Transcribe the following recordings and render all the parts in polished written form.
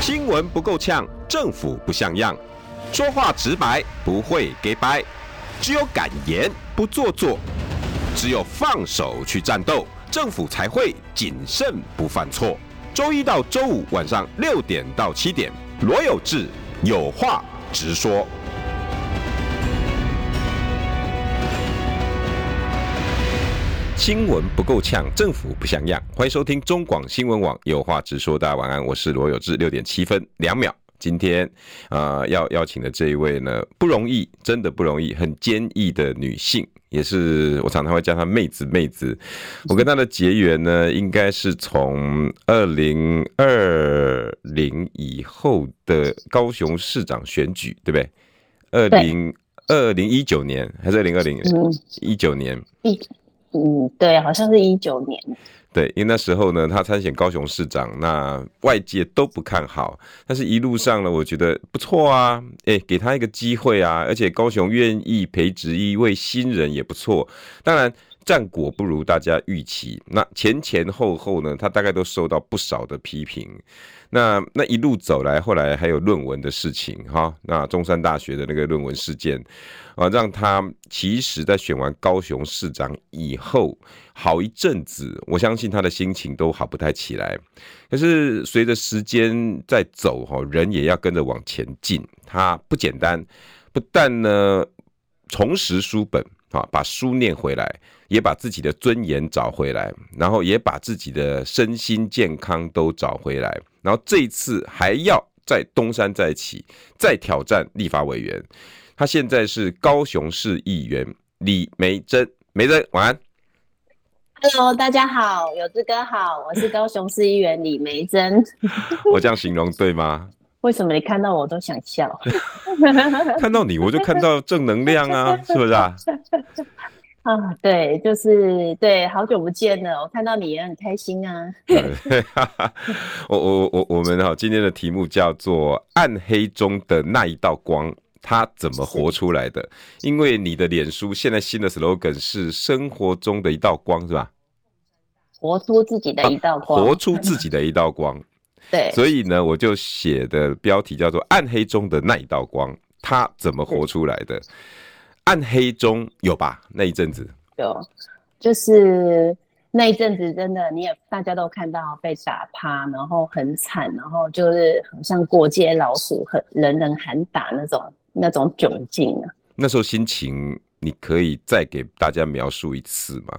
新闻不够呛，政府不像样，说话直白，不会给掰，只有敢言不做作，只有放手去战斗，政府才会谨慎不犯错。周一到周五晚上6点到7点，罗有志有话直说。新闻不够呛，政府不像样。欢迎收听中广新闻网有话直说。大家晚安，我是罗有志。6点7分2秒。今天要邀请的这一位呢，不容易，真的不容易，很坚毅的女性，也是我常常会叫她妹子。我跟她的结缘呢，应该是从2020以后的高雄市长选举，对不对？2019年还是2020年？19年。 对，好像是19年。 对，因为那时候呢，他参选高雄市长，那外界都不看好，但是一路上呢，我觉得不错啊，给他一个机会啊，而且高雄愿意培植一位新人也不错。当然，战果不如大家预期，那前后呢，他大概都受到不少的批评。那一路走来，后来还有论文的事情哈，那中山大学的那个论文事件让他其实在选完高雄市长以后，好一阵子，我相信他的心情都好不太起来。可是随着时间在走人也要跟着往前进，他不简单，不但呢重拾书本把书念回来，也把自己的尊严找回来，然后也把自己的身心健康都找回来，然后这一次还要在东山再起，再挑战立法委员。他现在是高雄市议员李眉蓁，眉蓁晚安。 Hello， 大家好，有志哥好，我是高雄市议员李眉蓁。 我这样形容对吗？ 为什么你看到我都想笑？ 看到你我就看到正能量啊，是不是啊？ 对，就是对，好久不见了，我看到你也很开心啊。 我们今天的题目叫做暗黑中的那一道光，他怎么活出来的？因为你的脸书现在新的 slogan 是生活中的一道光，是吧？ 活出自己的一道光， 活出自己的一道光。 对， 所以呢，我就写的标题叫做暗黑中的那一道光，他怎么活出来的？暗黑中有吧？那一阵子有，就是那一阵子真的，大家都看到被打趴，然后很惨，然后就是好像过街老鼠，人人喊打那种窘境啊。 那时候心情，你可以再给大家描述一次吗？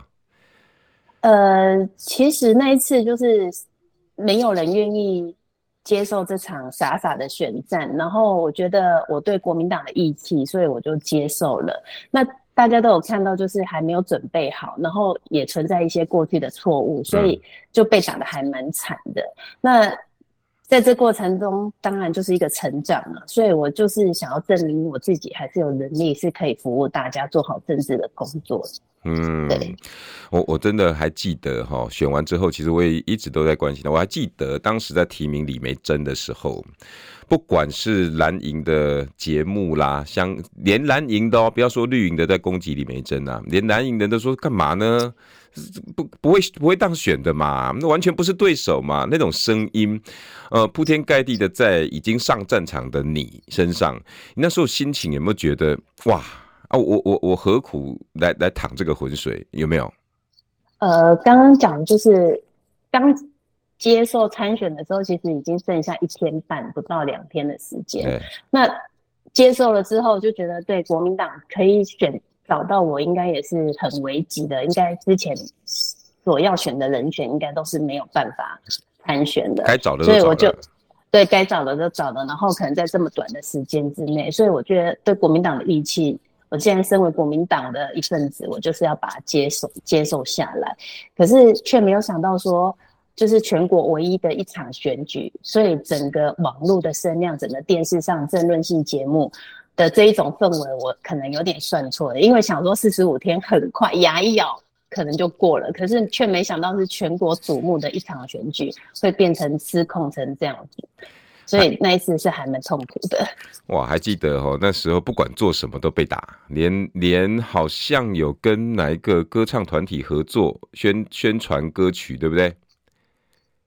其实那一次就是没有人愿意接受这场傻傻的选战，然后我觉得我对国民党的义气，所以我就接受了。那大家都有看到，就是还没有准备好，然后也存在一些过去的错误，所以就被打得还蛮惨的。那在这过程中，当然就是一个成长了，所以我就是想要证明我自己还是有能力，是可以服务大家，做好政治的工作。对， 我真的还记得选完之后，其实我也一直都在关心他。我还记得当时在提名李眉蓁的时候，不管是蓝营的节目啦，连蓝营的不要说绿营的在攻击李眉蓁啊，连蓝营的都说干嘛呢？不会当选的嘛，那完全不是对手嘛，那种声音，铺天盖地的在已经上战场的你身上，你那时候心情有没有觉得哇？我何苦来淌这个浑水？有没有？ 刚刚讲就是刚接受参选的时候，其实已经剩下1天半，不到2天的时间。那接受了之后，就觉得对国民党可以找到我，应该也是很危急的。应该之前所要选的人选，应该都是没有办法参选的。 该找的都找了， 所以我就对该找的都找了，然后可能在这么短的时间之内，所以我觉得对国民党的义气。我既然身为国民党的一份子，我就是要把它接受下来。可是却没有想到说，就是全国唯一的一场选举，所以整个网络的声量，整个电视上政论性节目的这一种氛围，我可能有点算错了，因为想说45天很快，牙一咬可能就过了，可是却没想到是全国瞩目的一场选举，会变成失控成这样子。所以那一次是还蛮痛苦的。 哇，还记得那时候不管做什么都被打，连好像有跟哪一个歌唱团体合作宣传歌曲，对不对？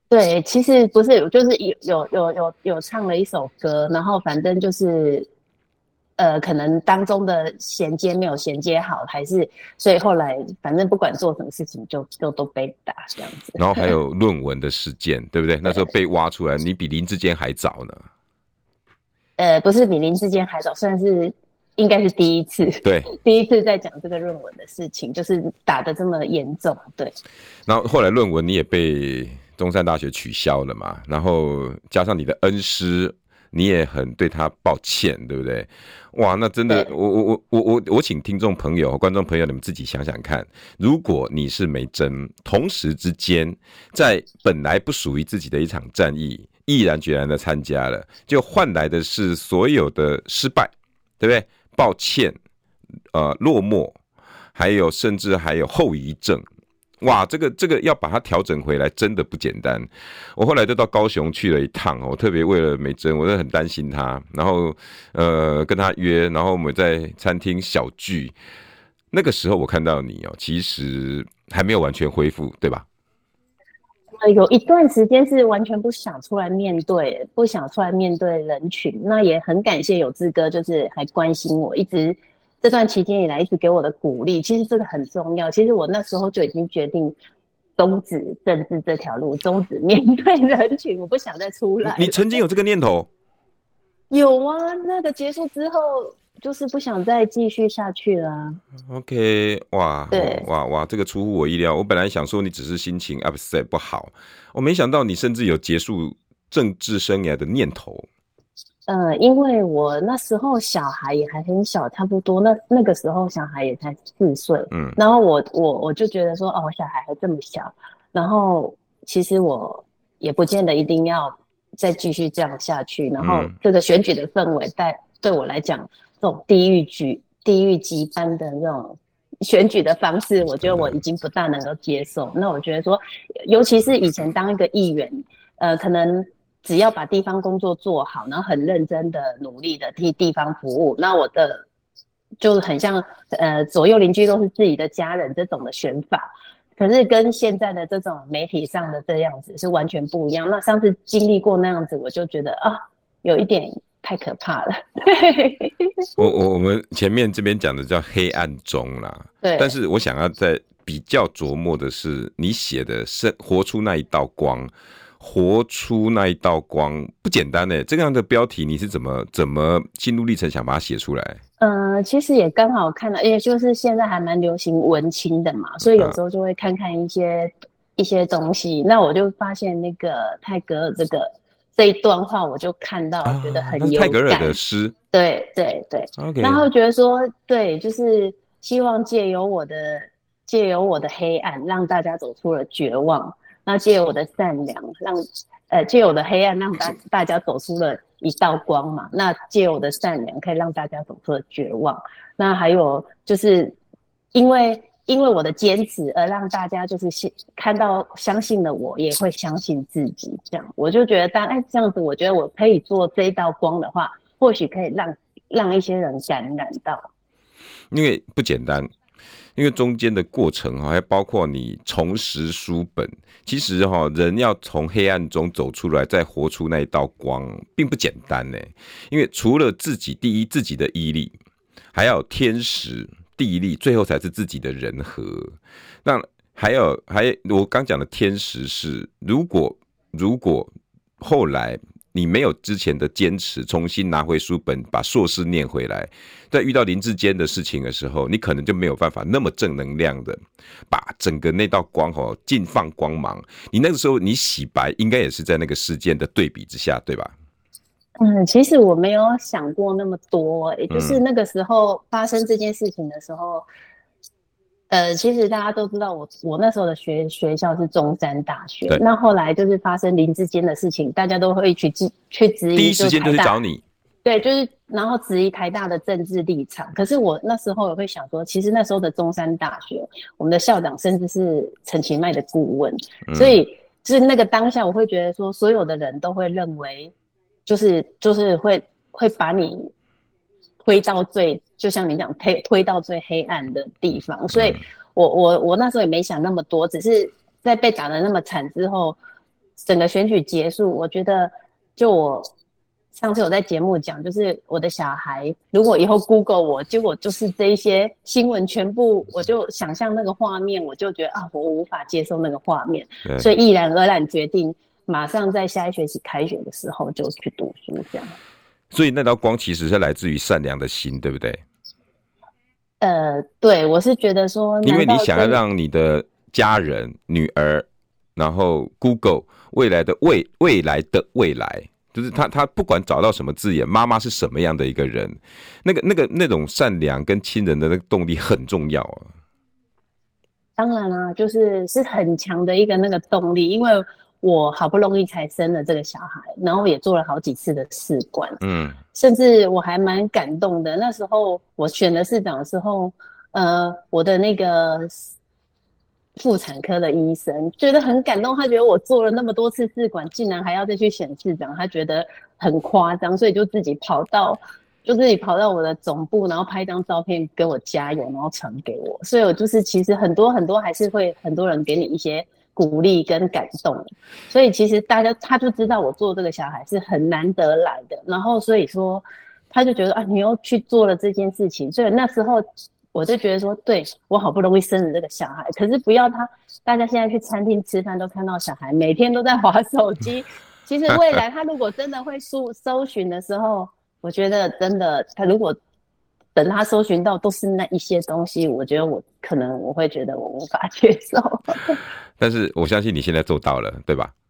对，其实不是，就是有唱了一首歌，然后反正就是可能当中的衔接没有衔接好，还是所以后来反正不管做什么事情就都被打这样子。 然后还有论文的事件，对不对？那时候被挖出来，你比林志坚还早呢。 不是比林志坚还早，算是应该是第一次， 对， 第一次在讲这个论文的事情，就是打得这么严重，对。 然后后来论文你也被中山大学取消了嘛，然后加上你的恩师，你也很对他抱歉，对不对？哇，那真的，我请听众朋友、观众朋友，你们自己想想看，如果你是梅珍，同时之间在本来不属于自己的一场战役，毅然决然的参加了，就换来的是所有的失败，对不对？抱歉，落寞，还有甚至还有后遗症。哇，这个要把它调整回来，真的不简单。我后来就到高雄去了一趟，我特别为了美珍，我真的很担心她，然后跟她约，然后我们在餐厅小聚。那个时候我看到你其实还没有完全恢复，对吧？ 有一段时间是完全不想出来面对，不想出来面对人群。那也很感谢有志哥，就是还关心我，一直这段期间以来一直给我的鼓励。其实这个很重要。其实我那时候就已经决定终止政治这条路，终止面对人群，我不想再出来了。 你曾经有这个念头？ 有啊，那个结束之后，就是不想再继续下去了啊。 OK， 哇， 对， 哇，这个出乎我意料。我本来想说你只是心情 upset 不好，我没想到你甚至有结束政治生涯的念头。 因为我那时候小孩也还很小，差不多那个时候小孩也才4岁，然后我就觉得说，哦，我小孩还这么小，然后其实我也不见得一定要再继续这样下去，然后这个选举的氛围对我来讲，这种地狱级般的那种选举的方式，我觉得我已经不大能够接受。那我觉得说，尤其是以前当一个议员，可能只要把地方工作做好，然后很认真的努力的替地方服务，那我的就是很像左右邻居都是自己的家人这种的选法。可是跟现在的这种媒体上的这样子是完全不一样。那上次经历过那样子，我就觉得有一点太可怕了。 我们前面这边讲的叫黑暗中啦， 对。 但是我想要再比较琢磨的是，你写的是活出那一道光，活出那一道光不简单欸。这样的标题你是怎么心路历程想把它写出来？ 其实也刚好看到，因为就是现在还蛮流行文青的嘛，所以有时候就会看看一些东西。那我就发现那个泰戈尔这一段话，我就看到，觉得很有感。 泰戈尔的诗， 对。 Okay. 然后觉得说，对，就是希望借由我的黑暗，让大家走出了绝望；那借由我的善良，借由我的黑暗，让大家走出了一道光嘛。那借由我的善良，可以让大家走出了绝望。那还有就是因为我的坚持，而让大家就是看到相信了我，也会相信自己。这样，我就觉得这样子，我觉得我可以做这一道光的话，或许可以让一些人感染到。 因为不简单。因为中间的过程还包括你重拾书本，其实人要从黑暗中走出来，再活出那一道光，并不简单呢。因为除了自己的毅力，还要天时地利，最后才是自己的人和。那我刚讲的天时是，如果后来你没有之前的坚持，重新拿回书本，把硕士念回来，在遇到林志坚的事情的时候，你可能就没有办法那么正能量的把整个那道光尽放光芒。你那个时候你洗白，应该也是在那个事件的对比之下，对吧？ 其实我没有想过那么多，就是那个时候发生这件事情的时候，其实大家都知道我那时候的学校是中山大学，那后来就是发生林志坚的事情，大家都会去质疑， 第一时间就去找你， 对，就是然后质疑台大的政治立场。可是我那时候也会想说，其实那时候的中山大学，我们的校长甚至是陈其迈的顾问，所以就是那个当下，我会觉得说，所有的人都会认为，就是会把你推到最，就像你讲推到最黑暗的地方。所以我那时候也没想那么多，只是在被打得那么惨之后， 整个选举结束，我觉得就我上次有在节目讲，就是我的小孩如果以后 Google 我，结果就是这一些新闻全部，我就想象那个画面，我就觉得我无法接受那个画面，所以毅然而然决定马上在下一学期开学的时候就去读书这样。 所以那道光其实是来自于善良的心，对不对？ 对，我是觉得说， 因为你想要让你的家人、女儿，然后 Google 未来的未来，就是他不管找到什么字眼，妈妈是什么样的一个人，那种善良跟亲人的那个动力很重要啊。 当然啦，就是很强的一个那个动力，因为我好不容易才生了这个小孩，然后也做了好几次的试管，甚至我还蛮感动的。那时候我选了市长的时候，我的那个妇产科的医生觉得很感动，他觉得我做了那么多次试管，竟然还要再去选市长，他觉得很夸张，所以就自己跑到我的总部，然后拍一张照片给我加油，然后传给我。所以我就是其实很多还是会很多人给你一些鼓励跟感动，所以其实他就知道我做这个小孩是很难得来的，然后所以说他就觉得你又去做了这件事情，所以那时候我就觉得说，对，我好不容易生了这个小孩，可是不要大家现在去餐厅吃饭都看到小孩每天都在滑手机，其实未来他如果真的会搜寻的时候，我觉得真的他如果等他搜寻到都是那一些东西，我觉得我会觉得我无法接受。 但是我相信你现在做到了，对吧？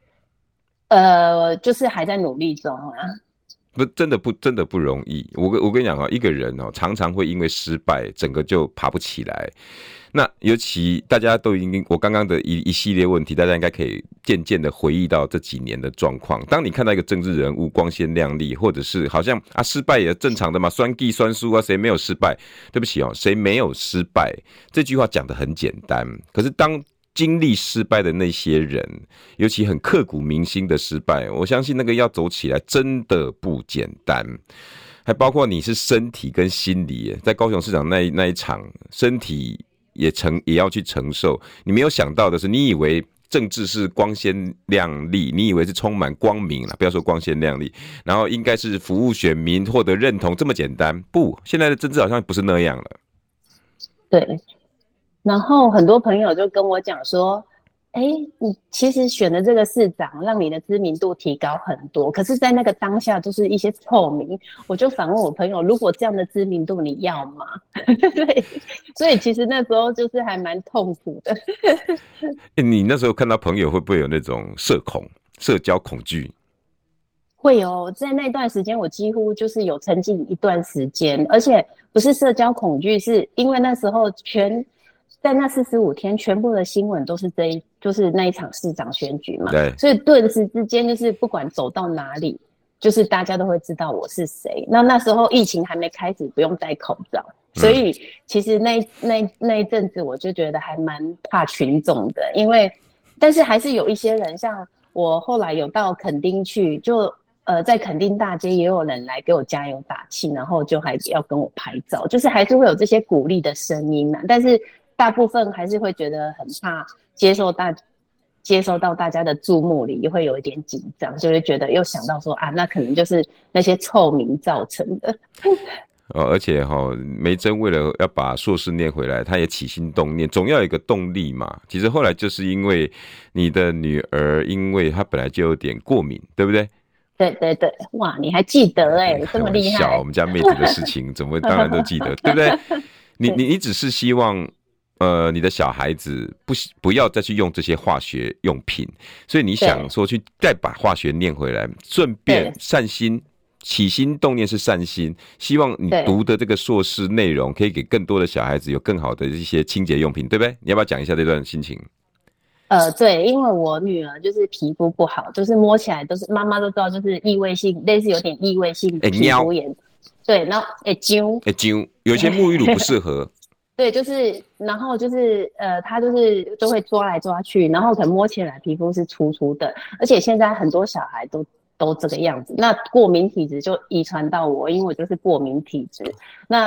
就是还在努力中啊。 真的不容易。我跟你讲一个人常常会因为失败，整个就爬不起来。那尤其大家都已经，我刚刚的一系列问题，大家应该可以渐渐的回忆到这几年的状况。当你看到一个政治人物光鲜亮丽，或者是好像失败也正常的嘛，酸计酸输谁没有失败？对不起谁没有失败？这句话讲得很简单，可是当经历失败的那些人，尤其很刻骨铭心的失败，我相信那个要走起来真的不简单。还包括你是身体跟心理，在高雄市长那一场，身体也要去承受。你没有想到的是，你以为政治是光鲜亮丽，你以为是充满光明啦，不要说光鲜亮丽，然后应该是服务选民获得认同这么简单，不，现在的政治好像不是那样了。 对。然后很多朋友就跟我讲说，你其实选的这个市长让你的知名度提高很多，可是在那个当下就是一些臭名。我就反问我朋友，如果这样的知名度你要吗？对，所以其实那时候就是还蛮痛苦的。 你那时候看到朋友会不会有那种社交恐惧？ 会有，在那段时间我几乎就是有沉浸一段时间，而且不是社交恐惧，是因为那时候在那45天，全部的新闻都是就是那一场市长选举嘛， 对， 所以顿时之间就是不管走到哪里，就是大家都会知道我是谁。那时候疫情还没开始，不用戴口罩，所以其实那一阵子我就觉得还蛮怕群众的，但是还是有一些人，像我后来有到垦丁去，就在垦丁大街也有人来给我加油打气，然后就还要跟我拍照，就是还是会有这些鼓励的声音啊，但是大部分还是会觉得很怕接受到大家的注目礼，会有一点紧张，就会觉得又想到说那可能就是那些臭名造成的。 而且梅珍为了要把硕士念回来，他也起心动念，总要有一个动力嘛。其实后来就是因为你的女儿，因为她本来就有点过敏，对不对？ 对对对，哇，你还记得这么厉害！ 我们家妹子的事情怎么当然都记得，对不对？你只是希望你的小孩子不要再去用这些化学用品，所以你想说去再把化学念回来，顺便善心，起心动念是善心，希望你读的这个硕士内容可以给更多的小孩子有更好的一些清洁用品，对不对？你要不要讲一下这段心情？ 对，因为我女儿就是皮肤不好，就是摸起来都是妈妈都知道，就是异位性，类似有点异位性皮肤炎。对，然后揪， 有些沐浴乳不适合。 对，然后她就会抓来抓去，然后可能摸起来皮肤是粗粗的，而且现在很多小孩都这个样子。那过敏体质就遗传到我，因为我就是过敏体质。那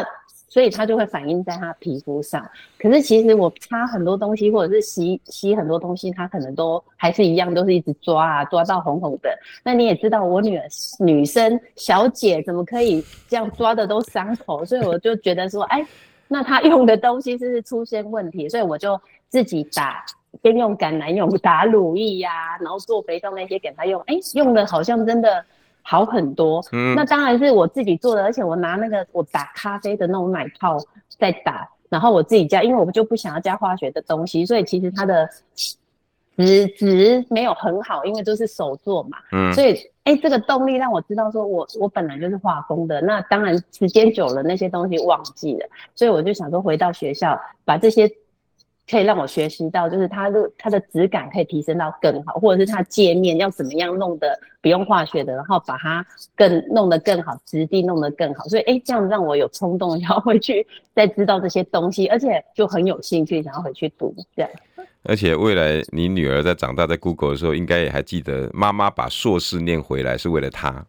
所以它就会反映在他皮肤上。可是其实我擦很多东西，或者是洗很多东西，它可能都还是一样，都是一直抓到红红的。那你也知道，我女生小姐怎么可以这样抓的都伤口？所以我就觉得说，哎，那她用的东西是不是出现问题？所以我就自己先用橄榄油打乳液然后做肥皂那些给她用，哎，用的好像真的好很多。那当然是我自己做的，而且我拿我打咖啡的那种奶泡在打，然后我自己加，因为我就不想要加化学的东西，所以其实它的质没有很好，因为都是手做嘛。所以这个动力让我知道说我本来就是化工的，那当然时间久了那些东西忘记了，所以我就想说回到学校把这些可以让我学习到，就是它的质感可以提升到更好，或者是它界面要怎么样弄得不用化学的，然后把它弄得更好，质地弄得更好。所以这样让我有冲动要回去再知道这些东西，而且就很有兴趣想要回去读这样。 而且未来你女儿在长大在 Google 的时候，应该也还记得妈妈把硕士念回来是为了她。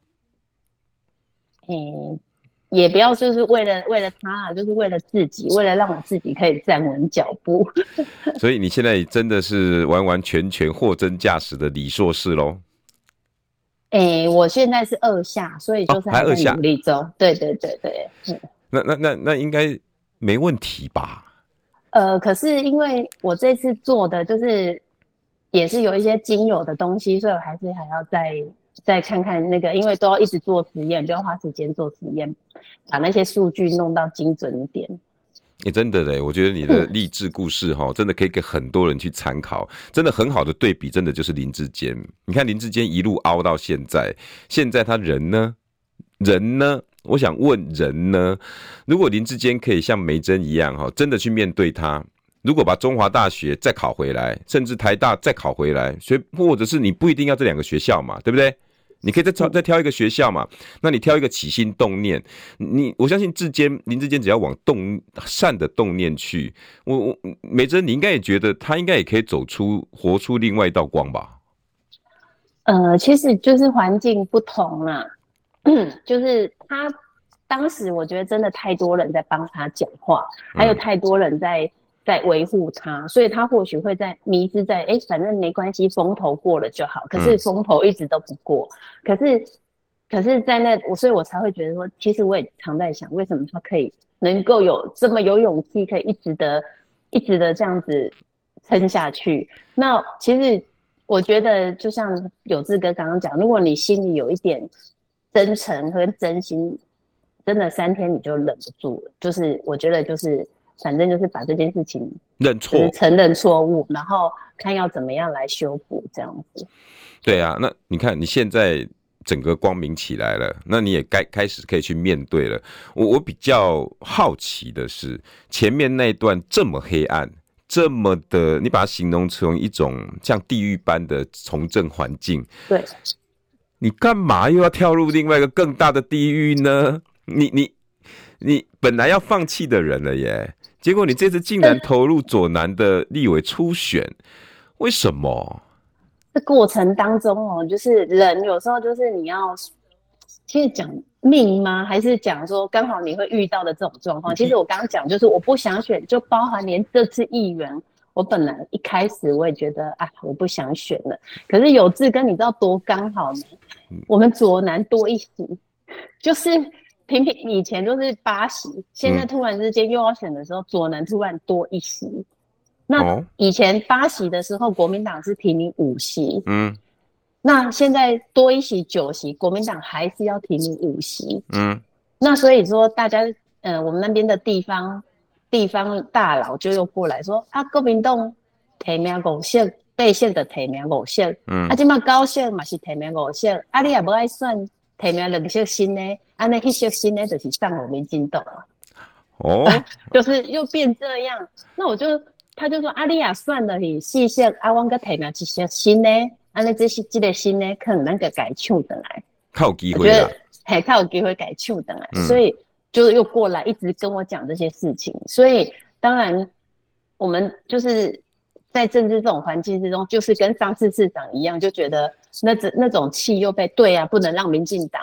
也不要就是为了他就是为了自己，为了让我自己可以站稳脚步。 所以你现在真的是完完全全货真价实的理硕士咯。 我现在是2下，所以就是还在努力中。对。 那应该没问题吧？ 可是因为我这次做的就是也是有一些精油的东西，所以我还要再看看那个，因为都要一直做实验，就要花时间做实验，把那些数据弄到精准一点。 真的嘞，我觉得你的励志故事真的可以给很多人去参考，真的很好的对比，真的就是林志坚。你看林志坚一路凹到现在他人呢？我想问人呢？如果林志坚可以像梅珍一样真的去面对他，如果把中华大学再考回来，甚至台大再考回来，或者是你不一定要这2个学校嘛，对不对？你可以再挑一个学校嘛，那你挑一个起心动念，我相信林志坚只要往善的动念去，梅珍你应该也觉得他应该也可以活出另外一道光吧？ 其实就是环境不同啦，就是他当时我觉得真的太多人在帮他讲话，还有太多人在维护他，所以他或许会迷失在反正没关系，风头过了就好。可是风头一直都不过，可是在所以我才会觉得说，其实我也常在想，为什么他可以能够这么有勇气，可以一直的这样子撑下去。那其实我觉得，就像有志哥刚刚讲，如果你心里有一点真诚和真心，真的3天你就忍不住了。就是我觉得反正就是把这件事情认错， 承认错误，然后看要怎么样来修补这样子。 对啊，那你看你现在整个光明起来了，那你也开始可以去面对了。我比较好奇的是，前面那一段这么黑暗，这么的，你把它形容成一种像地狱般的从政环境， 对， 你干嘛又要跳入另外一个更大的地狱呢？你本来要放弃的人了耶，结果你这次竟然投入左南的立委初选，为什么？ 这过程当中就是人有时候就是你要，其实讲命吗？还是讲说刚好你会遇到的这种状况？其实我刚刚讲就是我不想选，就包含连这次议员，我本来一开始我也觉得我不想选了，可是有志跟你知道多刚好呢？我们左南多1席，就是平以前就是8席，现在突然之间又要选的时候，左南突然多1席。那以前8席的时候，国民党是提名5席，那现在多1席9席，国民党还是要提名5席，那所以说大家我们那边的地方大佬就又过来说国民党提名5席，8席就提名5席，现在9席嘛是提名5席，你也不爱选提名2席新的，那1席新的就是上我们进党了，就是又变这样，那他就说你也选的是4席，我们提名1席新的，那这个新的可能那个改抢回来， 较有机会啦， 较有机会改抢回来，所以就又过来一直跟我讲这些事情，所以当然我们就是在政治这种环境之中，就是跟上次市长一样，就觉得那种气又被不能让民进党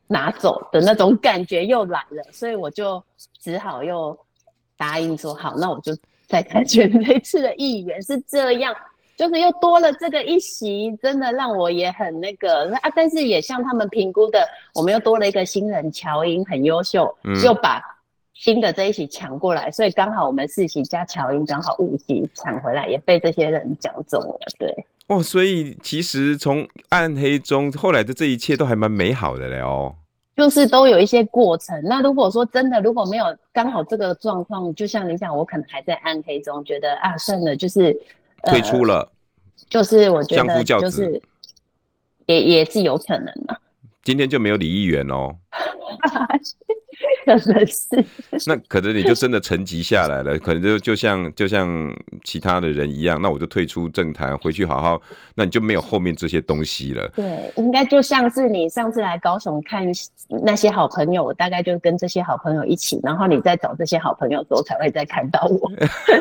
拿走的那种感觉又来了，所以我就只好又答应说好，那我就再参选这次的议员。是这样，就是又多了这个一席，真的让我也很那个啊。但是也像他们评估的，我们又多了一个新人乔英，很优秀，就把新的这一席抢过来，所以刚好我们4席加乔英刚好5席抢回来，也被这些人讲中了，对。 哦，所以其实从暗黑中后来的这一切都还蛮美好的嘞哦。 就是都有一些过程。那如果说真的，如果没有刚好这个状况，就像你讲，我可能还在暗黑中，觉得啊，算了，就是退出了， 就是我觉得相夫教子， 就是也是有可能的。 今天就没有李议员哦。 可能是， 那可能你就真的沉寂下来了，可能就像其他的人一样，那我就退出政坛，回去好好，那你就没有后面这些东西了。 对，应该就像是你上次来高雄看那些好朋友，我大概就跟这些好朋友一起，然后你再找这些好朋友的时候才会再看到我。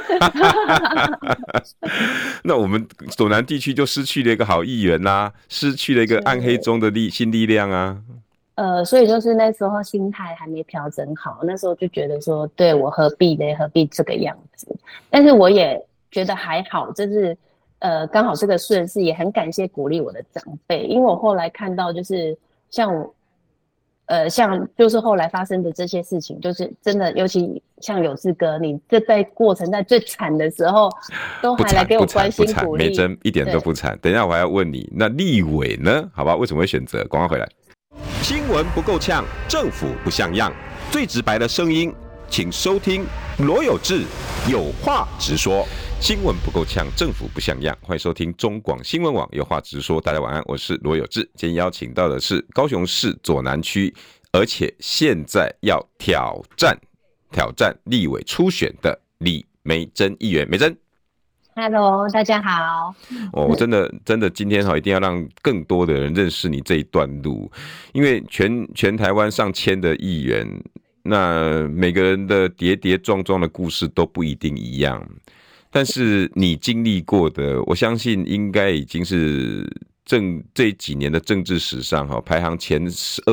那我们左南地区就失去了一个好议员啦，失去了一个暗黑中的新力量啊。 所以就是那时候心态还没调整好，那时候就觉得说，对，我何必呢？何必这个样子？但是我也觉得还好，就是刚好这个顺势，也很感谢鼓励我的长辈，因为我后来看到就是像就是后来发生的这些事情，就是真的，尤其像有志哥，你这在过程在最惨的时候，都还来给我关心鼓励， 没真一点都不惨。等一下我还要问你，那立委呢？好吧，为什么会选择？广告回来。新闻不够呛，政府不像样，最直白的声音，请收听罗有志有话直说。新闻不够呛，政府不像样，欢迎收听中广新闻网有话直说。大家晚安，我是罗有志。今天邀请到的是高雄市左南区，而且现在要挑战立委初选的李眉蓁议员。眉蓁 ，Hello， 大家好。 我真的今天一定要让更多的人认识你这一段路，因为全台湾上千的议员，那每个人的跌跌撞撞的故事都不一定一样，但是你经历过的，我相信应该已经是这几年的政治史上排行前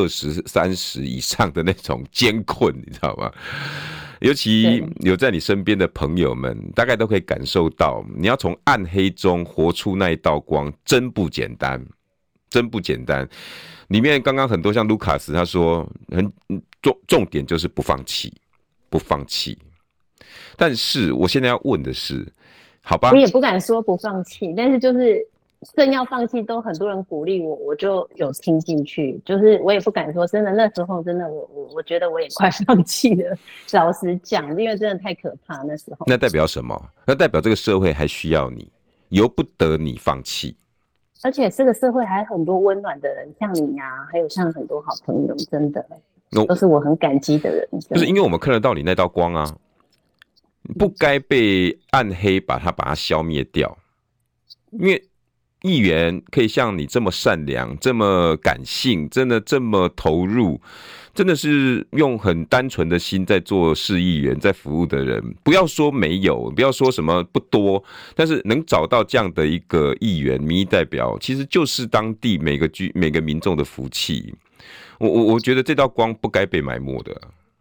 20、30以上的那种艰困，你知道吗？尤其有在你身边的朋友们，大概都可以感受到，你要从暗黑中活出那一道光，真不简单，真不简单。里面刚刚很多像卢卡斯他说，重点就是不放弃，不放弃。但是我现在要问的是，好吧， 我也不敢说不放弃，但是就是正要放弃，都很多人鼓励我，我就有听进去。就是我也不敢说，真的那时候真的我觉得我也快放弃了。老实讲，因为真的太可怕那时候。 那代表什么？那代表这个社会还需要你，由不得你放弃。 而且这个社会还有很多温暖的人，像你啊，还有像很多好朋友，真的都是我很感激的人。 就是因为我们看得到你那道光啊，不该被暗黑把它消灭掉，因为议员可以像你这么善良，这么感性，真的这么投入，真的是用很单纯的心在做市议员，在服务的人，不要说没有，不要说什么不多，但是能找到这样的一个议员、民意代表，其实就是当地每个民众的福气。我觉得这道光不该被埋没的。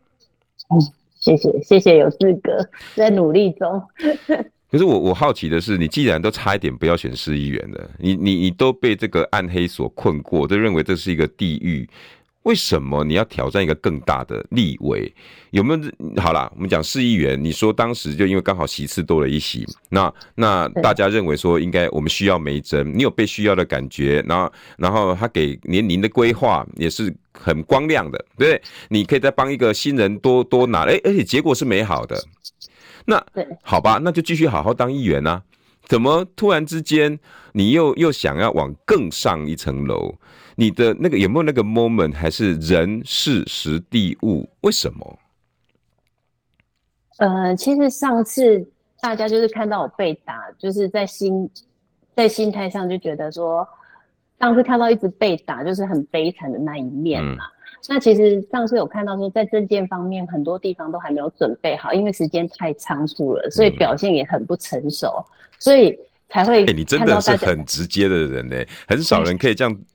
谢谢有志哥，在努力中。 可是我好奇的是，你既然都差一点不要选市议员了，你都被这个暗黑所困过，都认为这是一个地狱，为什么你要挑战一个更大的立委？有没有？好啦，我们讲市议员，你说当时就因为刚好席次多了一席，那大家认为说应该我们需要眉蓁，你有被需要的感觉，然后他给年龄的规划也是很光亮的，对不对？你可以再帮一个新人多拿，而且结果是美好的。那好吧，那就继续好好当议员啊！怎么突然之间你又想要往更上一层楼？你的那个有没有那个 moment？ 还是人事时地物？为什么？ 其实上次大家就是看到我被打，就是在心态上就觉得说，上次看到一直被打，就是很悲惨的那一面嘛。那其实上次有看到说，在政见方面很多地方都还没有准备好，因为时间太仓促了，所以表现也很不成熟，所以才会看到大家。 你真的是很直接的人呢，很少人可以这样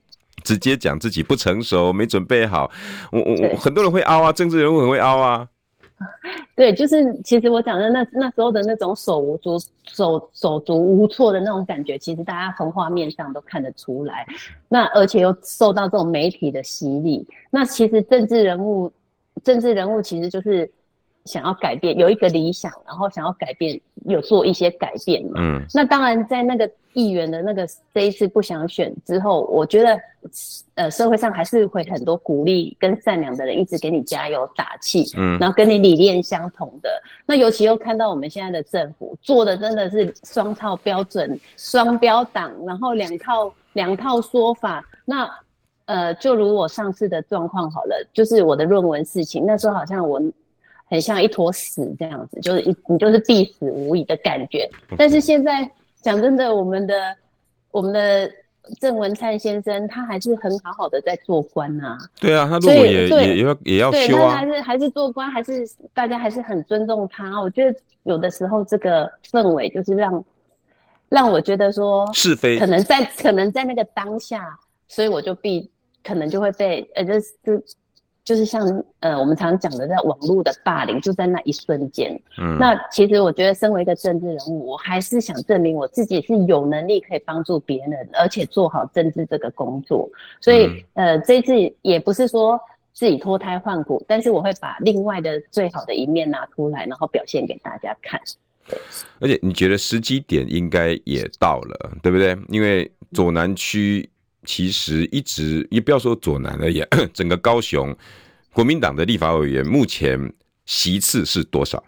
直接讲自己不成熟，没准备好。我很多人会凹啊，政治人物很会凹啊。 对，就是其实我讲的那时候的那种手足无措的那种感觉，其实大家从画面上都看得出来。那而且又受到这种媒体的洗礼，那其实政治人物其实就是想要改变，有一个理想，然后想要改变，有做一些改变嘛。那当然在那个议员的那个这一次不想选之后，我觉得社会上还是会很多鼓励跟善良的人一直给你加油打气，然后跟你理念相同的。那尤其又看到我们现在的政府做的真的是双套标准、双标党，然后两套说法。那就如我上次的状况好了，就是我的论文事情，那时候好像我很像一坨屎这样子，你就是必死无疑的感觉。但是现在讲真的，我们的郑文灿先生他还是很好的在做官啊。 对啊，他论文也要修啊。 对，他还是做官，还是大家还是很尊重他。我觉得有的时候这个氛围就是让我觉得说是非， 可能在那个当下，所以我可能就会被就是像我们常讲的在网络的霸凌，就在那一瞬间。那其实我觉得身为一个政治人物，我还是想证明我自己是有能力可以帮助别人，而且做好政治这个工作。所以这一次也不是说自己脱胎换骨，但是我会把另外的最好的一面拿出来，然后表现给大家看。对， 而且你觉得时机点应该也到了，对不对？因为左南区其实一直，也不要说左南而已，整个高雄国民党的立法委员目前席次是多少？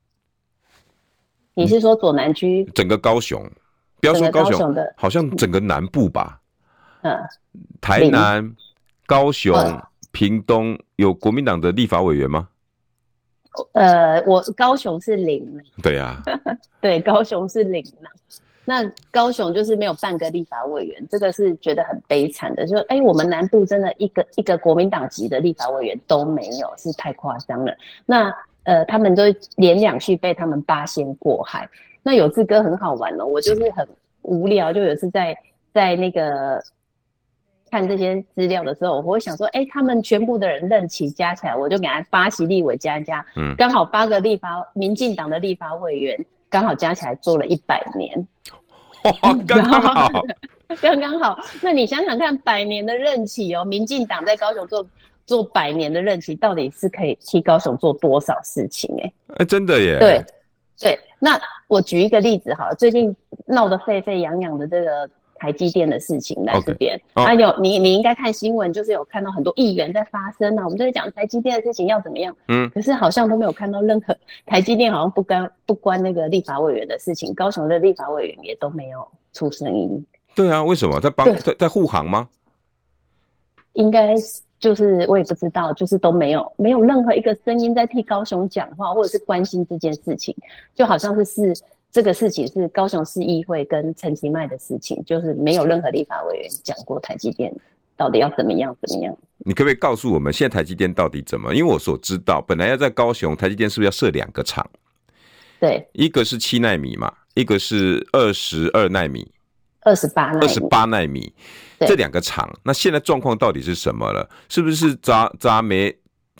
你是说左南区？ 整个高雄，不要说高雄的，好像整个南部吧。台南、高雄、屏东有国民党的立法委员吗？ 我高雄是0。 对啊， 对，高雄是0。那高雄就是没有半个立法委员，这个是觉得很悲惨的。就我们南部真的一个国民党籍的立法委员都没有，是太夸张了。那他们都连2续被他们8仙过海。那有志哥很好玩哦，我就是很无聊，就有次在那个看这些资料的时候，我会想说，他们全部的人任期加起来，我就给他8席立委加，刚好8个民进党的立法委员，刚好加起来做了100年。 刚刚好， 刚刚好。那你想想看，100年的任期哦，民进党在高雄做100年的任期，到底是可以替高雄做多少事情？ 真的耶。 对。那我举一个例子好了，最近闹得沸沸扬扬的这个台积电的事情来这边，你应该看新闻，就是有看到很多议员在发声啊，我们就在讲台积电的事情要怎么样，可是好像都没有看到任何台积电好像不关那个立法委员的事情，高雄的立法委员也都没有出声音。 对啊，为什么在护航吗？ 应该就是我也不知道，就是都没有任何一个声音在替高雄讲话，或者是关心这件事情，就好像是这个事情是高雄市议会跟陈其迈的事情，就是没有任何立法委员讲过台积电到底要怎么样。 你可不可以告诉我们现在台积电到底怎么？因为我所知道，本来要在高雄台积电是不是要设2个厂？ 对， 一个是7奈米嘛，一个是22奈米、28奈米，这2个厂，那现在状况到底是什么了？是不是渣梅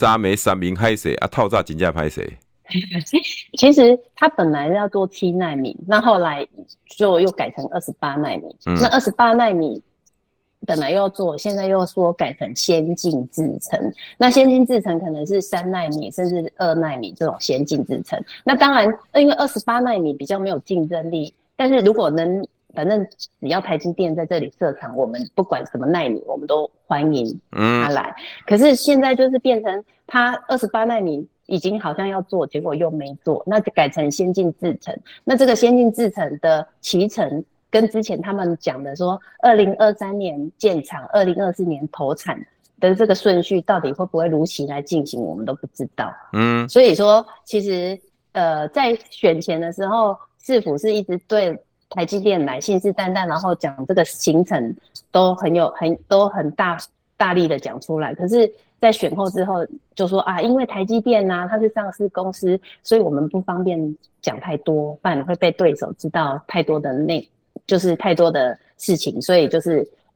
3名拍谁啊？套炸金价拍谁？ 其实他本来要做7奈米，那后来就又改成28奈米。那28奈米本来要做，现在又说改成先进制程。那先进制程可能是3奈米甚至2奈米这种先进制程。那当然，因为28奈米比较没有竞争力，但是如果反正只要台积电在这里设厂，我们不管什么奈米，我们都欢迎他来。可是现在就是变成他28奈米已经好像要做，结果又没做，那就改成先进制程。那这个先进制程的期程跟之前他们讲的说2023年建厂2024年投产的这个顺序到底会不会如期来进行，我们都不知道。所以说其实在选前的时候，市府是一直对台积电来信誓旦旦，然后讲这个行程都很大力的讲出来。可是在选后之后就说因为台积电它是上市公司，所以我们不方便讲太多，不然会被对手知道太多的就是太多的事情，所以就是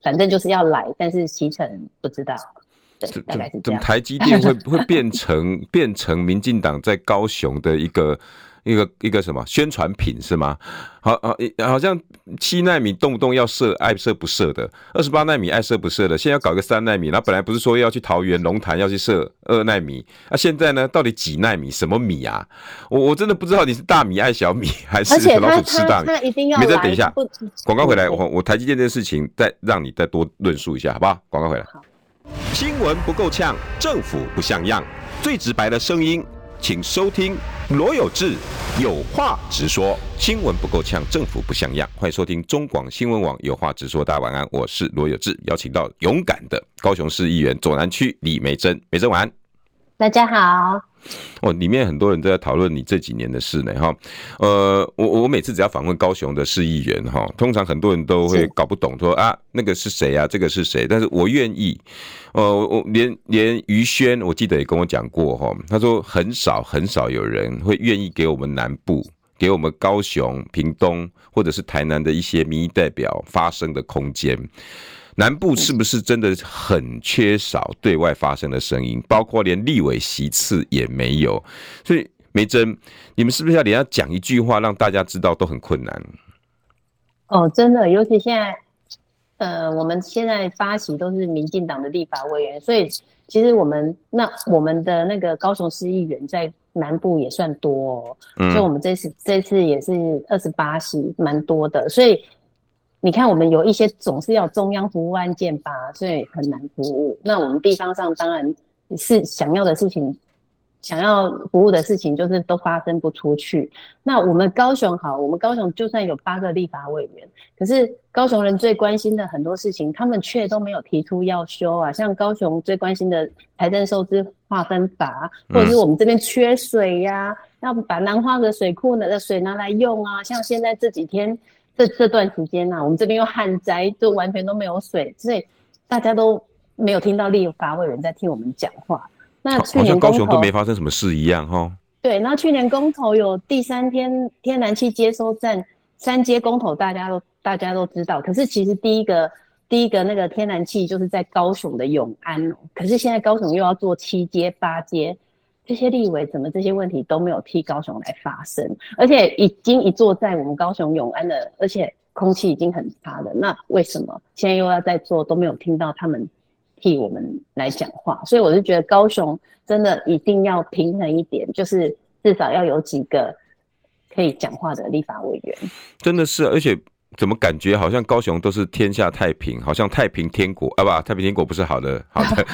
反正就是要来，但是期程不知道。对，大概是这样。 台积电会变成民进党在高雄的一个什么宣传品是吗？好像7奈米动不动要射，爱射不射的；28奈米爱射不射的，现在要搞个3奈米，然后本来不是说要去桃园龙潭要去射2奈米，现在呢到底几奈米？什么米啊？我真的不知道你是大米爱小米还是老鼠吃大米。 他一定要来。 没等一下，广告回来，我台积电这件事情再让你再多论述一下，好不好？广告回来。新闻不够呛，政府不像样，最直白的声音，请收听罗有志有话直说。新闻不够呛，政府不像样，欢迎收听中广新闻网有话直说。大家晚安，我是罗有志，邀请到勇敢的高雄市议员左南区李眉蓁。眉蓁晚安。 大家好。 里面很多人都在讨论你这几年的事呢，哈。我每次只要访问高雄的市议员，哈，通常很多人都会搞不懂，说啊那个是谁啊，这个是谁？但是我愿意，我连于轩，我记得也跟我讲过，哈，他说很少有人会愿意给我们南部，给我们高雄、屏东或者是台南的一些民意代表发声的空间。南部是不是真的很缺少对外发声的声音？包括连立委席次也没有，所以眉蓁，你们是不是连要讲一句话让大家知道都很困难？ 真的，尤其现在，我们现在8席都是民进党的立法委员，所以其实我们的那个高雄市议员在南部也算多哦，所以我们这次也是28席，蛮多的，所以。你看，我们有一些总是要中央服务案件吧，所以很难服务。那我们地方上当然是想要服务的事情，就是都发生不出去。那我们高雄好，我们高雄就算有8个立法委员，可是高雄人最关心的很多事情，他们却都没有提出要修啊。像高雄最关心的财政收支划分法，或者是我们这边缺水呀，要把南花的水库的水拿来用啊。像现在这几天。这段时间我们这边又旱灾，就完全都没有水，所以大家都没有听到立法委员在听我们讲话。那去年好像高雄都没发生什么事一样齁。 对，那去年公投有第3天天然气接收站3接公投，大家都知道。可是其实第一个那个天然气就是在高雄的永安可是现在高雄又要做7接8接。这些立委怎么这些问题都没有替高雄来发声，而且已经一座在我们高雄永安的，而且空气已经很差了，那为什么现在又要再做，都没有听到他们替我们来讲话？所以我就觉得高雄真的一定要平衡一点，就是至少要有几个可以讲话的立法委员。真的是， 而且怎么感觉好像高雄都是天下太平，好像太平天国啊，不，太平天国不是好的，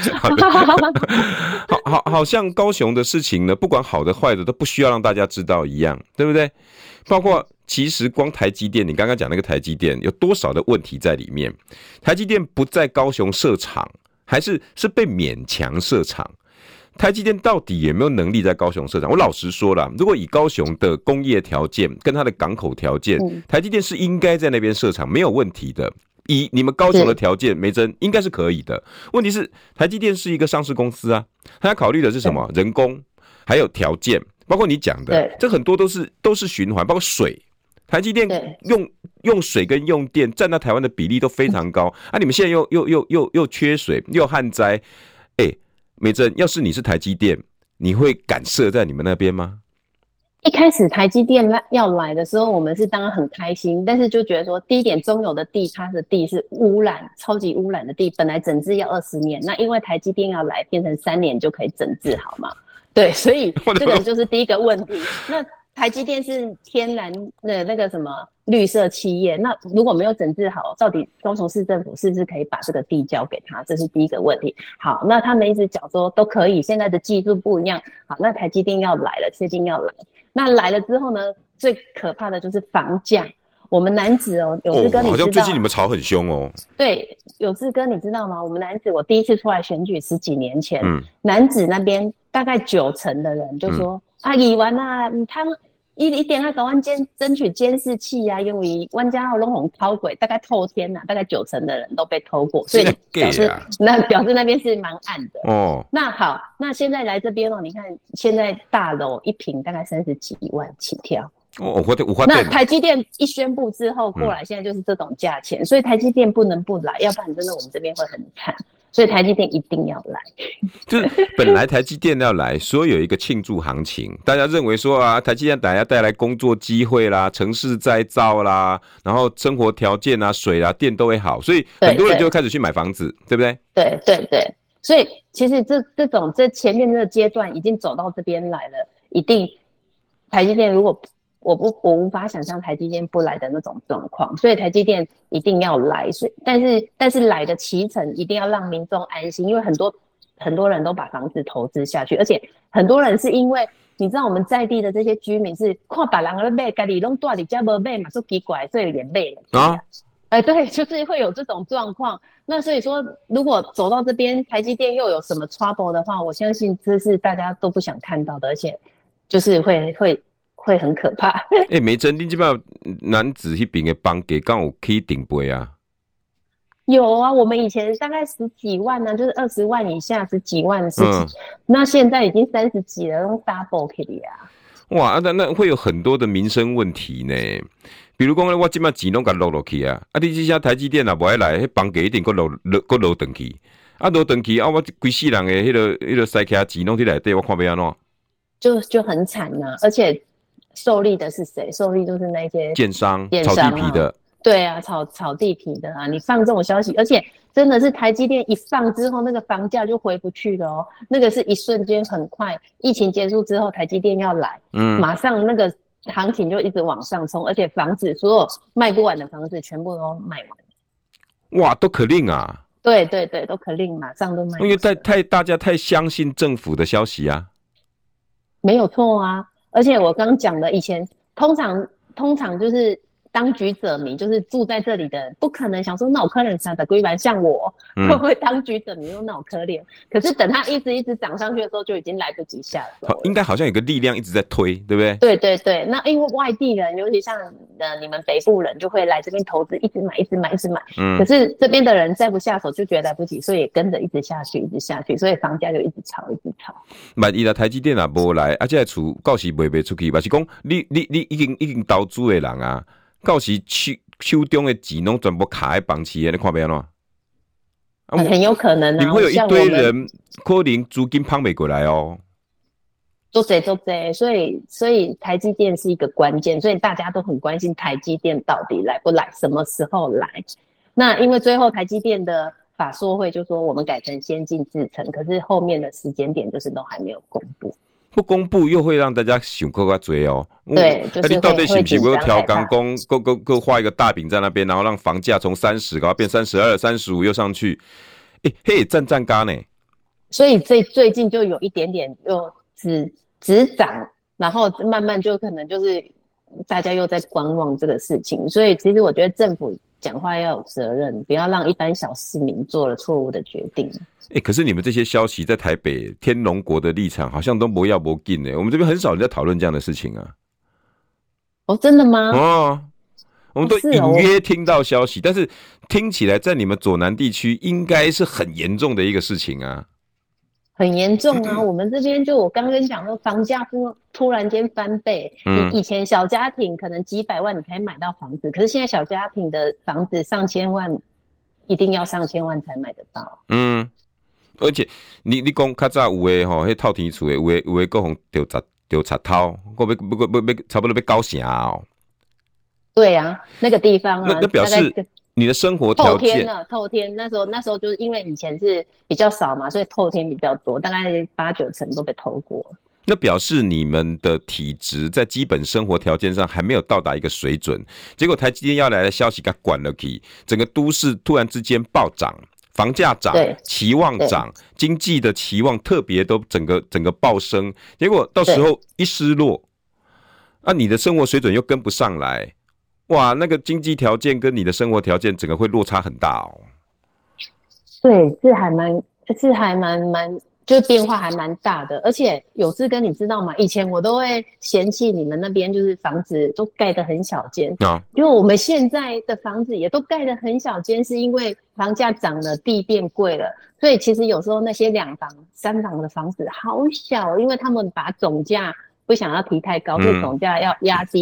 好像高雄的事情呢，不管好的坏的都不需要让大家知道一样，对不对？包括其实光台积电，你刚刚讲那个台积电有多少的问题在里面？台积电不在高雄设厂，还是被勉强设厂？台积电到底有没有能力在高雄设厂？我老实说啦，如果以高雄的工业条件跟它的港口条件，台积电是应该在那边设厂，没有问题的。以你们高雄的条件，眉蓁应该是可以的。问题是台积电是一个上市公司啊，它要考虑的是什么？人工，还有条件，包括你讲的，这很多都是循环，包括水。台积电用水跟用电占到台湾的比例都非常高啊！你们现在又缺水，又旱灾，眉蓁，要是你是台积电，你会敢设在你们那边吗？ 一开始台积电要来的时候，我们是当然很开心，但是就觉得说，第一点，中油的地，它的地是污染，超级污染的地，本来整治要20年，那因为台积电要来，变成3年就可以整治好嘛？对，所以这个就是第一个问题。那台积电是天然的那个什么绿色企业，那如果没有整治好，到底高雄市政府是不是可以把这个地交给他？这是第一个问题。好，那他们一直讲说都可以，现在的技术不一样。好，那台积电要来了，确定要来。那来了之后呢，最可怕的就是房价。我们楠梓有志哥，你知道？ 好像最近你们吵很凶哦。 对，有志哥，你知道吗？我们楠梓，我第一次出来选举10几年前，楠梓那边大概90%的人就说，议员啊，他一定要给我们争取监视器啊，因为我们家有拢红偷过，大概透天大概90%的人都被偷过，所以表示那边是蛮暗的哦。那好，那现在来这边你看现在大楼1坪大概30几万起跳。 我花那台积电一宣布之后过来，现在就是这种价钱，所以台积电不能不来，要不然真的我们这边会很惨。所以台积电一定要来， 就是本来台积电要来，所以有一个庆祝行情，大家认为说啊，台积电要带来工作机会啦、城市再造啦，然后生活条件啊、水啊、电都会好，所以很多人就会开始去买房子，对不对？ 对对对，所以其实这前面这个阶段已经走到这边来了，一定台积电如果我无法想象台积电不来的那种状况，所以台积电一定要来，所以但是来的期程一定要让民众安心，因为很多人都把房子投资下去，而且很多人是因为你知道我们在地的这些居民是看别人在买，自己都住在家没买嘛，就奇怪，所以连买了啊。对，就是会有这种状况。那所以说，如果走到这边，台积电又有什么 trouble 的话，我相信这是大家都不想看到的，而且就是会很可怕。 梅珍，你这边男子那边的房价刚有起顶杯啊？ 有啊，我们以前大概10几万呢，就是20万以下10几万的事情，那现在已经30几了，用 double 起来啊。 哇，那会有很多的民生问题呢。比如讲，我现在钱都给落去啊，你这些台积电也不爱来，那房价一定落回去。落回去我规世人的那个塞卡钱拢在内底，我看不要怎。 就很惨啊，而且受利的是谁？受利就是那些建商炒地皮的。 对啊，炒地皮的啊，你放这种消息，而且真的是台积电一放之后，那个房价就回不去了哦。那个是一瞬间很快，疫情结束之后，台积电要来，马上那个行情就一直往上冲，而且房子所有卖不完的房子全部都卖完。 哇，都可令啊！ 对对对，都可令，马上都卖完。 因为大家太相信政府的消息啊。 没有错啊，而且我刚刚讲的，以前通常就是当局者迷，就是住在这里的不可能想说那我可怜啥的规版，像我会不会当局者迷又那我可怜？可是等它一直涨上去的时候，就已经来不及下手了。 应该好像有个力量一直在推，对不对？ 对对对，那因为外地人，尤其像你们北部人，就会来这边投资，一直买。可是这边的人再不下手，就觉得来不及，所以也跟着一直下去，所以房价就一直炒。 万一啦，台积电也无来，这个厝到时卖不出去，还是讲你已经投资的人啊？到时手中的钱拢全部卡在房市，你看不要很有可能啊， 你会有一堆人可能资金捧不过来哦。 做贼，所以台积电是一个关键，所以大家都很关心台积电到底来不来，什么时候来。那因为最后台积电的法说会就说我们改成先进制程，可是后面的时间点就是都还没有公布。 不公布又会让大家想更加多哦。 对，就是你到底是不是要调钢工，各画一个大饼在那边，然后让房价从30搞变32、35又上去，嘿，站嘎呢。 所以最近就有一点点又只涨，然后慢慢就可能就是大家又在观望这个事情。所以其实我觉得政府讲话要有责任，不要让一般小市民做了错误的决定。 可是你们这些消息在台北天龙国的立场好像都不要不进我们这边很少人在讨论这样的事情啊。 哦，真的吗？ 我们都隐约听到消息，但是听起来在你们左南地区应该是很严重的一个事情啊。 很严重啊！我们这边就我刚跟你讲说，房价突然间翻倍。以前小家庭可能几百万你可以买到房子，可是现在小家庭的房子上千万，一定要上千万才买得到。 而且你讲较早有的迄透天厝的，有的各方丢贼头，要差不多要高城哦。 对啊，那个地方啊， 那表示你的生活条件透天那时候就是因为以前是比较少嘛，所以透天比较多，大概8、9成都被偷过。 那表示你们的体质在基本生活条件上还没有到达一个水准，结果台积电要来的消息给管了去，整个都市突然之间暴涨。房价涨，期望涨，经济的期望特别都整个暴升，结果到时候一失落，你的生活水准又跟不上来，哇，那个经济条件跟你的生活条件整个会落差很大哦。 对，是还蛮就是变化还蛮大的，而且有志哥你知道吗？以前我都会嫌弃你们那边就是房子都盖得很小间因为我们现在的房子也都盖得很小间，是因为房价涨了，地变贵了，所以其实有时候那些2房、3房的房子好小，因为他们把总价不想要提太高，所以总价要压低，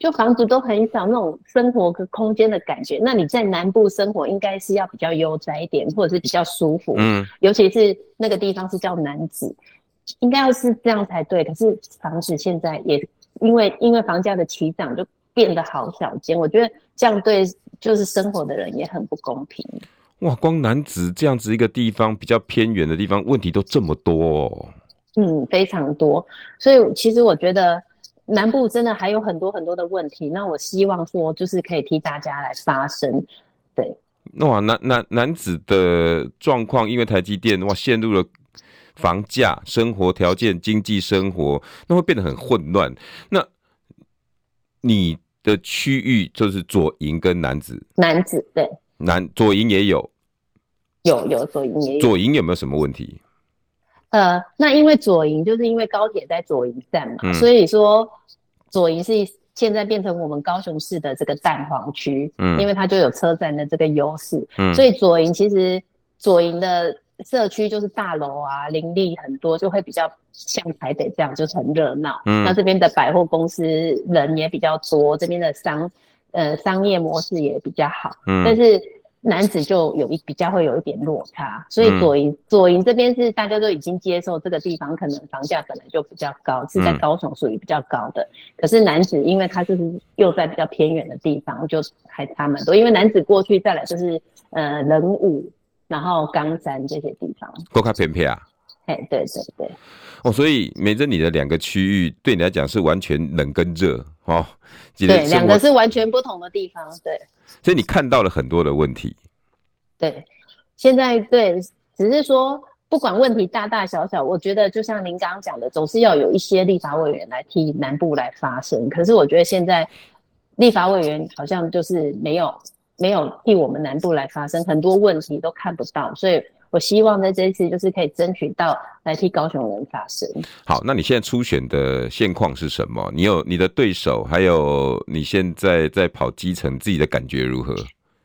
就房子都很小，那种生活空间的感觉。那你在南部生活应该是要比较悠哉一点，或者是比较舒服。尤其是那个地方是叫楠梓，应该要是这样才对。可是房子现在也因为房价的起涨，就变得好小间。我觉得这样对就是生活的人也很不公平。 哇，光楠梓这样子一个地方，比较偏远的地方，问题都这么多哦。 非常多。所以其实我觉得南部真的还有很多很多的问题。那我希望说，就是可以替大家来发声。对， 哇，楠梓的状况，因为台积电陷入了房价、生活条件、经济生活，那会变得很混乱。那你的区域就是左营跟楠梓， 对， 左营也有。 有左营也有。 左营有没有什么问题？ 那因为左营就是因为高铁在左营站嘛，所以说左营是现在变成我们高雄市的这个蛋黄区，因为它就有车站的这个优势，所以左营其实左营的社区就是大楼啊林立很多，就会比较像台北这样，就是很热闹。那这边的百货公司人也比较多，这边的商业模式也比较好，但是楠梓就比较会有一点落差，所以左营这边是大家都已经接受这个地方可能房价本来就比较高，是在高雄属于比较高的。可是楠梓因为它就是又在比较偏远的地方，就还差蛮多。因为楠梓过去再来就是仁武，然后冈山这些地方， 够较偏僻啊。 对。 所以美珍你的两个区域对你来讲是完全冷跟热哦。 对，两个是完全不同的地方。对。 所以你看到了很多的问题。 对，现在对，只是说不管问题大大小小，我觉得就像您刚刚讲的，总是要有一些立法委员来替南部来发声。可是我觉得现在立法委员好像就是没有替我们南部来发声，很多问题都看不到，所以我希望在这一次就是可以争取到来替高雄人发声。 好，那你现在初选的现况是什么？你有你的对手，还有你现在在跑基层，自己的感觉如何？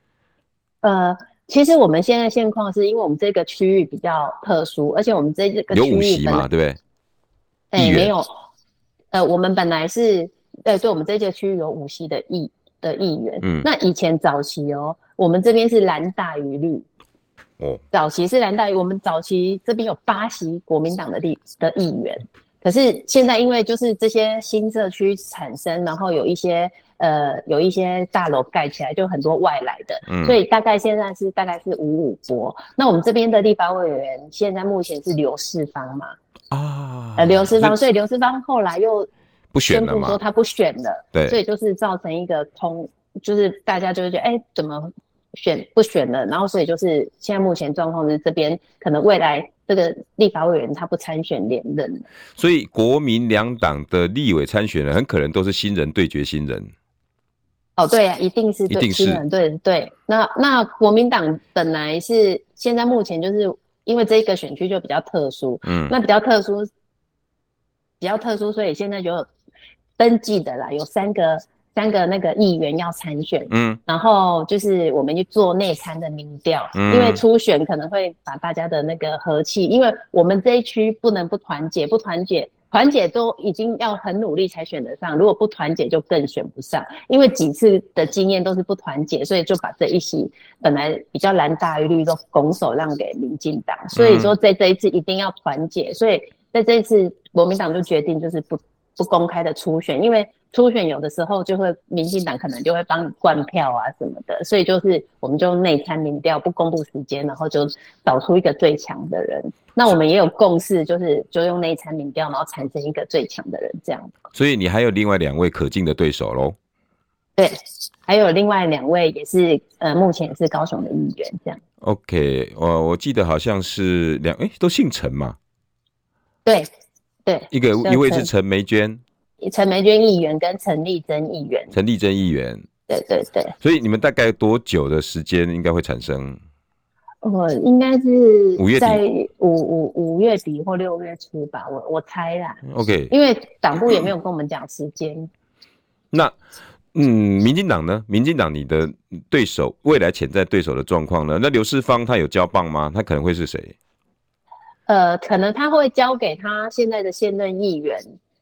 其实我们现在现况是因为我们这个区域比较特殊，而且我们这个区域有5席嘛，对不对？没有，我们本来是对，我们这个区域有5席的议员。那以前早期我们这边是蓝大于绿。早期是蓝大于，我们早期这边有8席国民党的议员。可是现在因为就是这些新社区产生，然后有一些大楼盖起来，就很多外来的，所以现在是大概是5-5波。那我们这边的立法委员现在目前是刘世芳嘛？刘世芳，所以刘世芳后来又不选了嘛， 宣布说他不选了， 对， 所以就是造成一个就是大家就会觉得，怎么不选了？然后所以就是现在目前状况是这边可能未来这个立法委员他不参选连任， 所以国民两党的立委参选人很可能都是新人对决新人。 对啊，一定是新人对。那国民党本来是现在目前就是因为这个选区就比较特殊，那比较特殊，所以现在就有登记的啦，有三个那个议员要参选，然后就是我们去做内参的民调，因为初选可能会把大家的那个和气，因为我们这一区不能不团结都已经要很努力才选得上，如果不团结就更选不上，因为几次的经验都是不团结，所以就把这一席本来比较蓝大于绿都拱手让给民进党，所以说在这一次一定要团结，所以在这一次国民党就决定就是不公开的初选，因为初选有的时候就会民进党可能就会帮你灌票啊什么的，所以就是我们就内参民调不公布时间，然后就找出一个最强的人。那我们也有共识，就用内参民调，然后产生一个最强的人这样。 所以你还有另外2位可敬的对手咯？ 对，还有另外2位也是目前也是高雄的议员这样。 OK， 我记得好像是都姓陈嘛？ 对， 一位是陈梅娟议员跟陈丽珍议员。对。 所以你们大概多久的时间应该会产生？ 应该是在 5 月底或6月初吧，我猜啦。 OK， 因为党部也没有跟我们讲时间。 那民进党呢？民进党你的对手，未来潜在对手的状况呢？那刘世芳他有交棒吗？他可能会是谁？ 可能他会交给他现在的现任议员，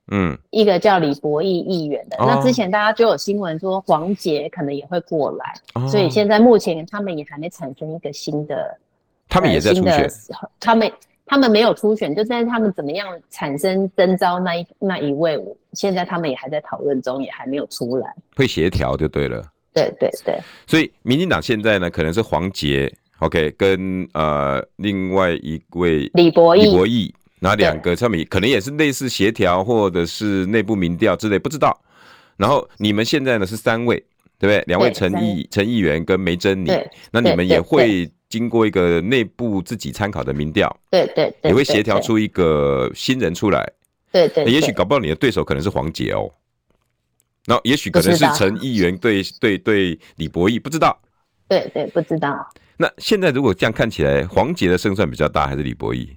一个叫李博义议员的。那之前大家就有新闻说黄捷可能也会过来，所以现在目前他们也还没产生一个新的， 他们也在初选， 他们没有初选，就但是他们怎么样产生征召那一位，现在他们也还在讨论中，也还没有出来，会协调就对了。 对对对， 所以民进党现在呢，可能是黄捷 ，OK， 跟另外一位李博义， 然后两个上面可能也是类似协调或者是内部民调之类，不知道。然后你们现在呢是3位，对不对？2位陈议员跟梅珍妮，那你们也会经过一个内部自己参考的民调， 对， 也会协调出一个新人出来， 对， 也许搞不好你的对手可能是黄捷哦。然后也许可能是陈议员对李博义，不知道。 对，不知道。 那现在如果这样看起来，黄捷的胜算比较大，还是李博义？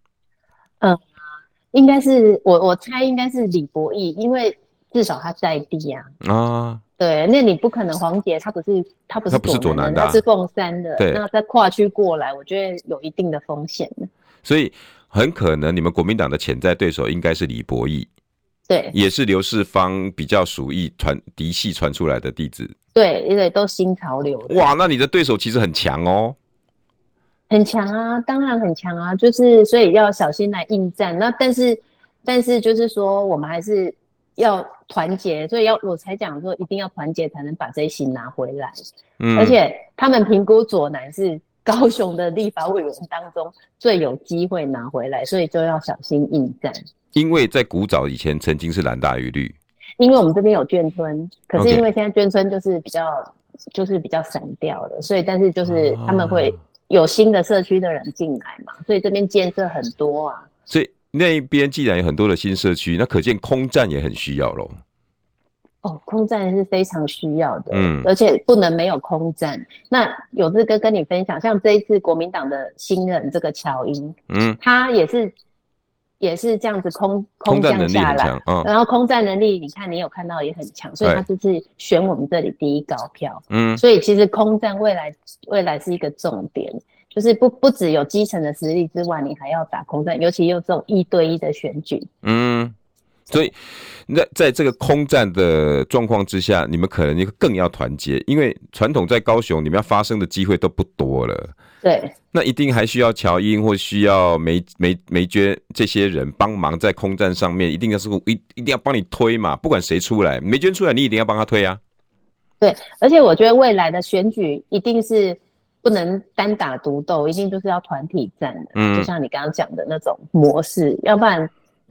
应该是我猜应该是李博义，因为至少他在地啊。对，那你不可能黄捷他不是左南的，他是凤山的，那在跨区过来，我觉得有一定的风险。 所以很可能你们国民党的潜在对手应该是李博义。 对， 也是刘世芳比较属意嫡系传出来的弟子。 对，因为都新潮流的。 哇，那你的对手其实很强哦。 很强啊，当然很强啊，就是所以要小心来应战。那但是就是说，我们还是要团结，所以我才讲说一定要团结才能把这一席拿回来。而且他们评估左南是高雄的立法委员当中最有机会拿回来，所以就要小心应战。 因为在古早以前曾经是蓝大于绿， 因为我们这边有眷村，可是因为现在眷村就是比较散掉了，所以但是就是他们会有新的社区的人进来嘛，所以这边建设很多啊。 所以那边既然有很多的新社区，那可见空战也很需要咯。 空战是非常需要的，而且不能没有空战。那有志哥跟你分享，像这一次国民党的新人这个乔英，他也是这样子空降下来，然后空战能力，你看你有看到也很强，所以他就是选我们这里第一高票。所以其实空战未来是一个重点，就是不只有基层的实力之外，你还要打空战，尤其有这种1对1的选举。 所以在这个空战的状况之下，你们可能更要团结，因为传统在高雄你们要发声的机会都不多了。 对， 那一定还需要乔英或需要梅娟这些人帮忙在空战上面，一定要帮你推嘛，不管谁出来，梅娟出来你一定要帮他推啊。对， 而且我觉得未来的选举一定是不能单打独斗，一定就是要团体战的，就像你刚刚讲的那种模式，要不然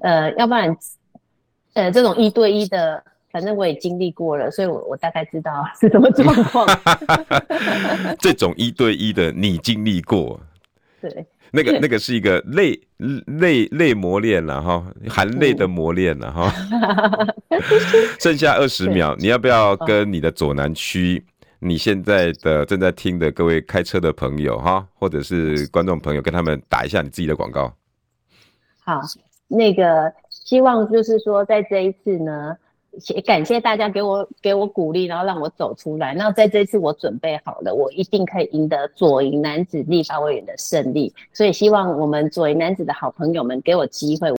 这种1对1的，反正我也经历过了，所以我大概知道是什么状况。 这种1对1的你经历过， 对， 那个是一个泪磨练了哈，含泪的磨练了哈。剩下20秒，你要不要跟你的左南区，你现在的正在听的各位开车的朋友哈，或者是观众朋友，跟他们打一下你自己的广告？ 好，那个希望就是说在这一次呢，感谢大家给我鼓励，然后让我走出来。那在这一次我准备好了，我一定可以赢得左营男子立法委员的胜利。所以希望我们左营男子的好朋友们给我机会。